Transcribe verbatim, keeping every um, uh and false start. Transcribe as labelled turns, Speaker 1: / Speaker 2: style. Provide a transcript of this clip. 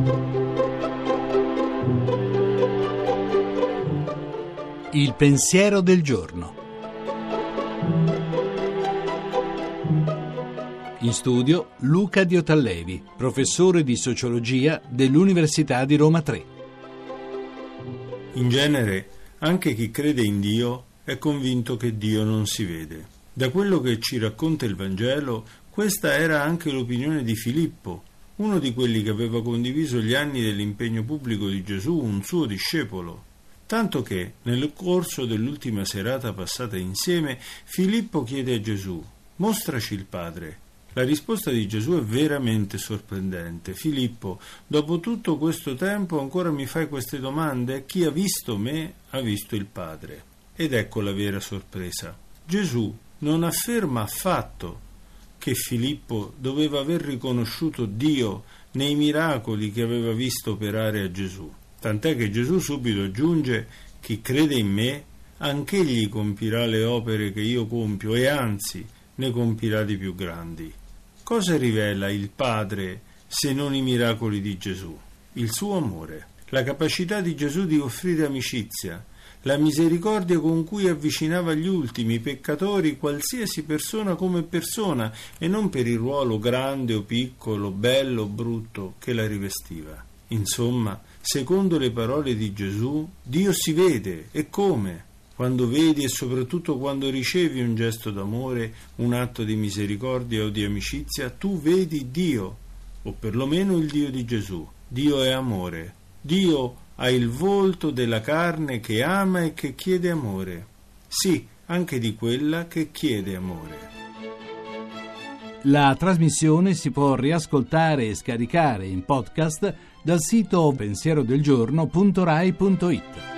Speaker 1: Il pensiero del giorno. In studio Luca Diotallevi, professore di sociologia dell'Università di Roma tre.
Speaker 2: In genere, anche chi crede in Dio è convinto che Dio non si vede. Da quello che ci racconta il Vangelo, questa era anche l'opinione di Filippo, uno di quelli che aveva condiviso gli anni dell'impegno pubblico di Gesù, un suo discepolo. Tanto che, nel corso dell'ultima serata passata insieme, Filippo chiede a Gesù: «Mostraci il Padre». La risposta di Gesù è veramente sorprendente. «Filippo, dopo tutto questo tempo ancora mi fai queste domande? Chi ha visto me ha visto il Padre». Ed ecco la vera sorpresa. Gesù non afferma affatto che Filippo doveva aver riconosciuto Dio nei miracoli che aveva visto operare a Gesù. Tant'è che Gesù subito aggiunge: «Chi crede in me, anch'egli compirà le opere che io compio e anzi ne compirà di più grandi». Cosa rivela il Padre se non i miracoli di Gesù? Il suo amore, la capacità di Gesù di offrire amicizia, la misericordia con cui avvicinava gli ultimi, i peccatori, qualsiasi persona come persona, e non per il ruolo grande o piccolo, bello o brutto che la rivestiva. Insomma, secondo le parole di Gesù, Dio si vede. E come? Quando vedi e soprattutto quando ricevi un gesto d'amore, un atto di misericordia o di amicizia, tu vedi Dio, o perlomeno il Dio di Gesù. Dio è amore. Dio ha il volto della carne che ama e che chiede amore. Sì, anche di quella che chiede amore.
Speaker 1: La trasmissione si può riascoltare e scaricare in podcast dal sito pensierodelgiorno punto rai punto it.